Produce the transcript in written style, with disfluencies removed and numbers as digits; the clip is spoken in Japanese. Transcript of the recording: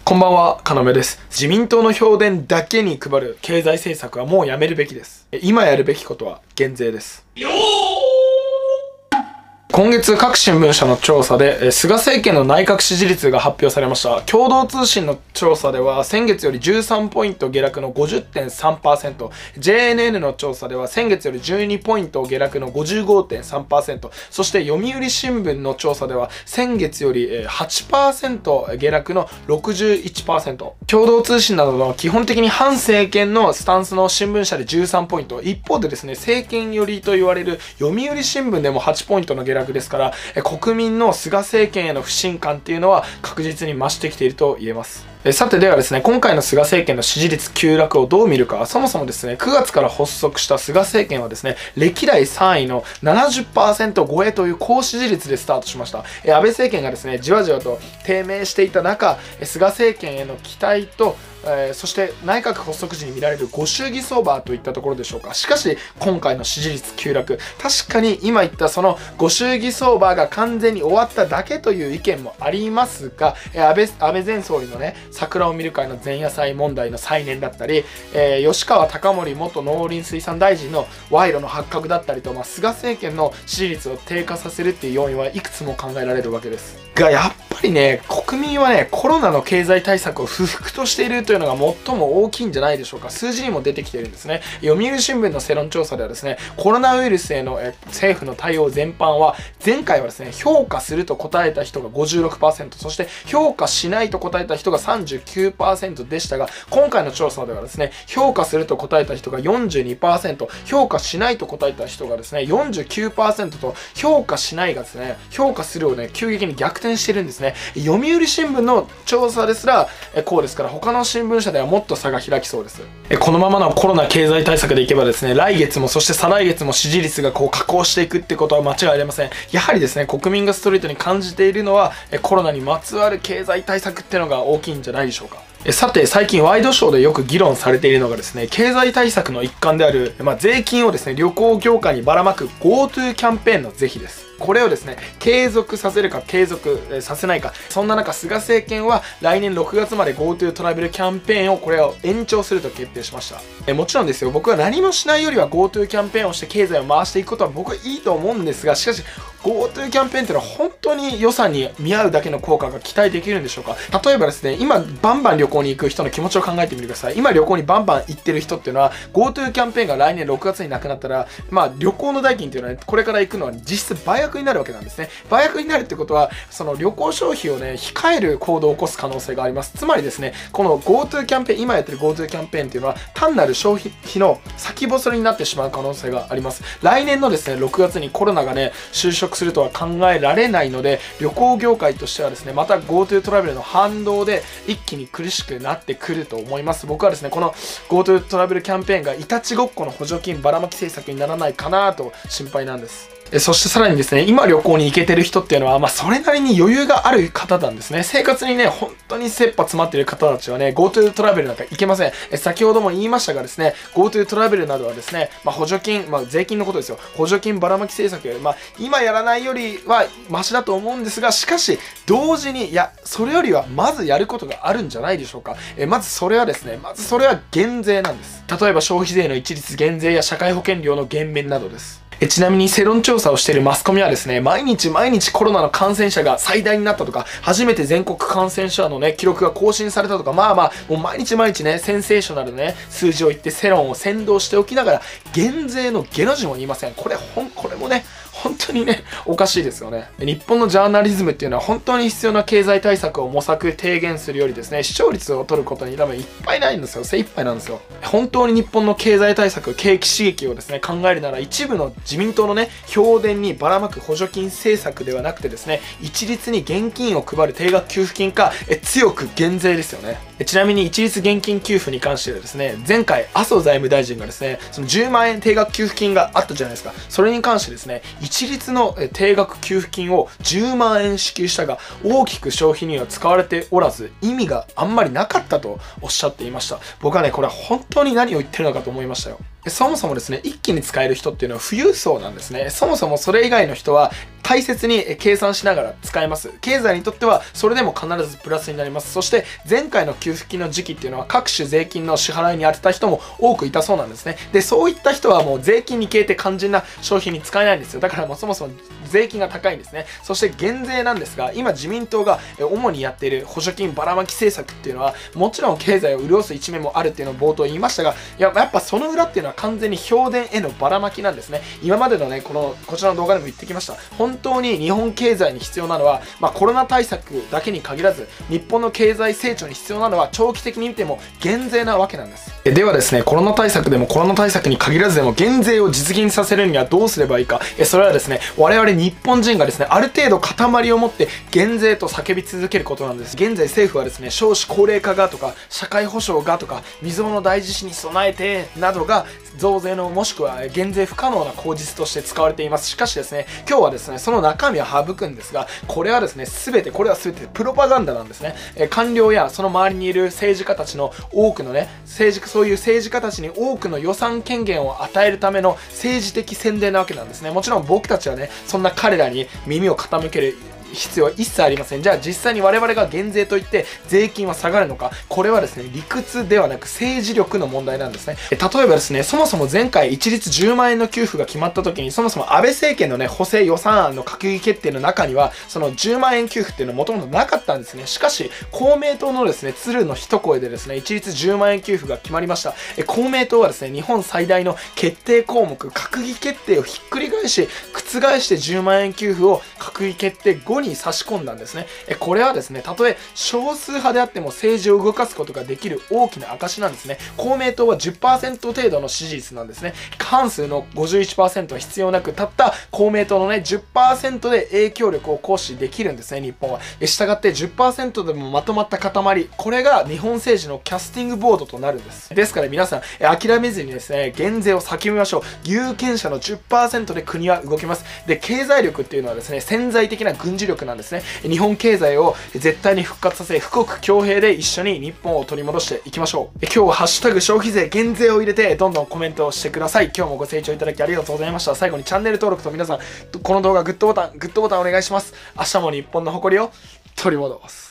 こんばんは、かなめです。自民党の票田だけに配る経済政策はもうやめるべきです。今やるべきことは減税です。今月各新聞社の調査で、菅政権の内閣支持率が発表されました。共同通信の調査では、先月より13ポイント下落の 50.3%、JNN の調査では、先月より12ポイント下落の 55.3%、そして読売新聞の調査では、先月より 8% 下落の 61%。共同通信などの基本的に反政権のスタンスの新聞社で13ポイント。一方でですね、政権寄りと言われる読売新聞でも8ポイントの下落ですから、国民の菅政権への不信感っていうのは確実に増してきていると言えます。さてではですね、今回の菅政権の支持率急落をどう見るか。そもそもですね、9月から発足した菅政権はですね、歴代3位の 70% 超えという高支持率でスタートしました。安倍政権がですね、じわじわと低迷していた中、菅政権への期待とそして内閣発足時に見られるご祝儀相場といったところでしょうか。しかし今回の支持率急落、確かに今言ったそのご祝儀相場が完全に終わっただけという意見もありますが、安倍前総理のね、桜を見る会の前夜祭問題の再燃だったり、吉川貴盛元農林水産大臣の賄賂の発覚だったりと、菅政権の支持率を低下させるっていう要因はいくつも考えられるわけですが、やっぱりね、国民はね、コロナの経済対策を不服としているというのが最も大きいんじゃないでしょうか。数字にも出てきているんですね。読売新聞の世論調査ではですね、コロナウイルスへの政府の対応全般は、前回はですね、評価すると答えた人が 56%、そして評価しないと答えた人が 39% でしたが、今回の調査ではですね、評価すると答えた人が 42%、評価しないと答えた人がですね、49% と、評価しないがですね、評価するをね、急激に逆転してるんですね。読売新聞の調査ですら、こうですから、他の新聞社ではもっと差が開きそうです。このままのコロナ経済対策でいけばですね、来月もそして再来月も支持率がこう下降していくってことは間違いありません。やはりですね、国民がストレートに感じているのは、コロナにまつわる経済対策っていうのが大きいんじゃないでしょうか。さて、最近ワイドショーでよく議論されているのがですね、経済対策の一環である、税金をですね、旅行業界にばらまく GoTo キャンペーンの是非です。これをですね、継続させるか継続させないか。そんな中、菅政権は来年6月まで GoTo トラベルキャンペーンをこれを延長すると決定しました。もちろんですよ、僕は何もしないよりは GoTo キャンペーンをして経済を回していくことは僕はいいと思うんですが、しかし GoTo キャンペーンっていうのは本当に予算に見合うだけの効果が期待できるんでしょうか。例えばですね、今バンバン旅行に行く人の気持ちを考えてみてください。今旅行にバンバン行ってる人っていうのは GoTo キャンペーンが来年6月になくなったら、旅行の代金っていうのは、これから行くのは実質倍額になるわけなんですね。倍額になるってことは、その旅行消費をね、控える行動を起こす可能性があります。つまりですね、この GoTo キャンペーン、今やってる GoTo キャンペーンっていうのは、単なる消費費の先細りになってしまう可能性があります。来年のですね、6月にコロナがね、収束するとは考えられないので、旅行業界としてはですね、また GoTo トラベルの反動で一気に苦しくなってくると思います。僕はですね、この GoTo トラベルキャンペーンがいたちごっこの補助金ばらまき政策にならないかなと心配なんです。そしてさらにですね、今旅行に行けてる人っていうのは、それなりに余裕がある方なんですね。生活にね、本当に切羽詰まっている方たちはね、GoTo トラベルなんか行けません。先ほども言いましたがですね、GoTo トラベルなどはですね、補助金、税金のことですよ。補助金ばらまき政策より、今やらないよりはマシだと思うんですが、しかし、同時に、それよりはまずやることがあるんじゃないでしょうか。まずそれは減税なんです。例えば消費税の一律減税や社会保険料の減免などです。ちなみに世論調査をしているマスコミはですね、毎日コロナの感染者が最大になったとか、初めて全国感染者のね、記録が更新されたとか、もう毎日ね、センセーショナルなね、数字を言って世論を扇動しておきながら、減税の下の字も言いません。これもね、本当にね、おかしいですよね。日本のジャーナリズムっていうのは本当に必要な経済対策を模索、提言するよりですね、視聴率を取ることに多分いっぱいないんですよ。精一杯なんですよ。本当に日本の経済対策、景気刺激をですね、考えるなら一部の自民党のね、票田にばらまく補助金政策ではなくてですね、一律に現金を配る定額給付金か、強く減税ですよね。ちなみに一律現金給付に関してはですね、前回麻生財務大臣がですね、その10万円定額給付金があったじゃないですか。それに関してですね、一律の定額給付金を10万円支給したが、大きく消費には使われておらず、意味があんまりなかったとおっしゃっていました。僕はね、これは本当に何を言ってるのかと思いましたよ。 そもそもですね、一気に使える人っていうのは富裕層なんですね。そもそもそれ以外の人は大切に計算しながら使えます。経済にとってはそれでも必ずプラスになります。そして前回の給付金の時期っていうのは各種税金の支払いに充てた人も多くいたそうなんですね。で、そういった人はもう税金に消えて肝心な消費に使えないんですよ。だからもうそもそも税金が高いんですね。そして減税なんですが、今自民党が主にやっている補助金ばらまき政策っていうのは、もちろん経済を潤す一面もあるっていうのを冒頭言いましたが、やっぱその裏っていうのは完全に評伝へのばらまきなんですね。今までのね、こちらの動画でも言ってきました。本当に日本経済に必要なのは、コロナ対策だけに限らず、日本の経済成長に必要なのは長期的に見ても減税なわけなんです。ではですね、コロナ対策でもコロナ対策に限らずでも減税を実現させるにはどうすればいいか。それはですね、我々日本人がですね、ある程度塊を持って減税と叫び続けることなんです。現在政府はですね、少子高齢化がとか、社会保障がとか、未曾有の大地震に備えてなどが増税のもしくは減税不可能な口実として使われています。しかしですね、今日はですね、その中身を省くんですが、これはですね、これは全てプロパガンダなんですね。官僚やその周りにいる政治家たちの多くのね、そういう政治家たちに多くの予算権限を与えるための政治的宣伝なわけなんですね。もちろん僕たちはね、そんな彼らに耳を傾ける必要は一切ありません。じゃあ実際に我々が減税といって税金は下がるのか、これはですね、理屈ではなく政治力の問題なんですね。例えばですね、そもそも前回一律10万円の給付が決まった時に、そもそも安倍政権のね、補正予算案の閣議決定の中には、その10万円給付っていうのはもともとなかったんですね。しかし、公明党のですね、鶴の一声でですね、一律10万円給付が決まりました。公明党はですね、日本最大の決定項目、閣議決定をひっくり返し、覆して10万円給付を閣議決定後に差し込んだんですね。これはですね、たとえ少数派であっても政治を動かすことができる大きな証なんですね。公明党は 10% 程度の支持率なんですね。過半数の 51% は必要なく、たった公明党のね、10% で影響力を行使できるんですね、日本は。したがって 10% でもまとまった塊、これが日本政治のキャスティングボードとなるんです。ですから皆さん、諦めずにですね、減税を叫びましょう。有権者の 10% で国は動きます。で、経済力っていうのはですね、潜在的な軍事力なんですね。日本経済を絶対に復活させ、富国強兵で一緒に日本を取り戻していきましょう。今日はハッシュタグ消費税減税を入れてどんどんコメントをしてください。今日もご清聴いただきありがとうございました。最後にチャンネル登録と皆さん、この動画グッドボタンお願いします。明日も日本の誇りを取り戻す。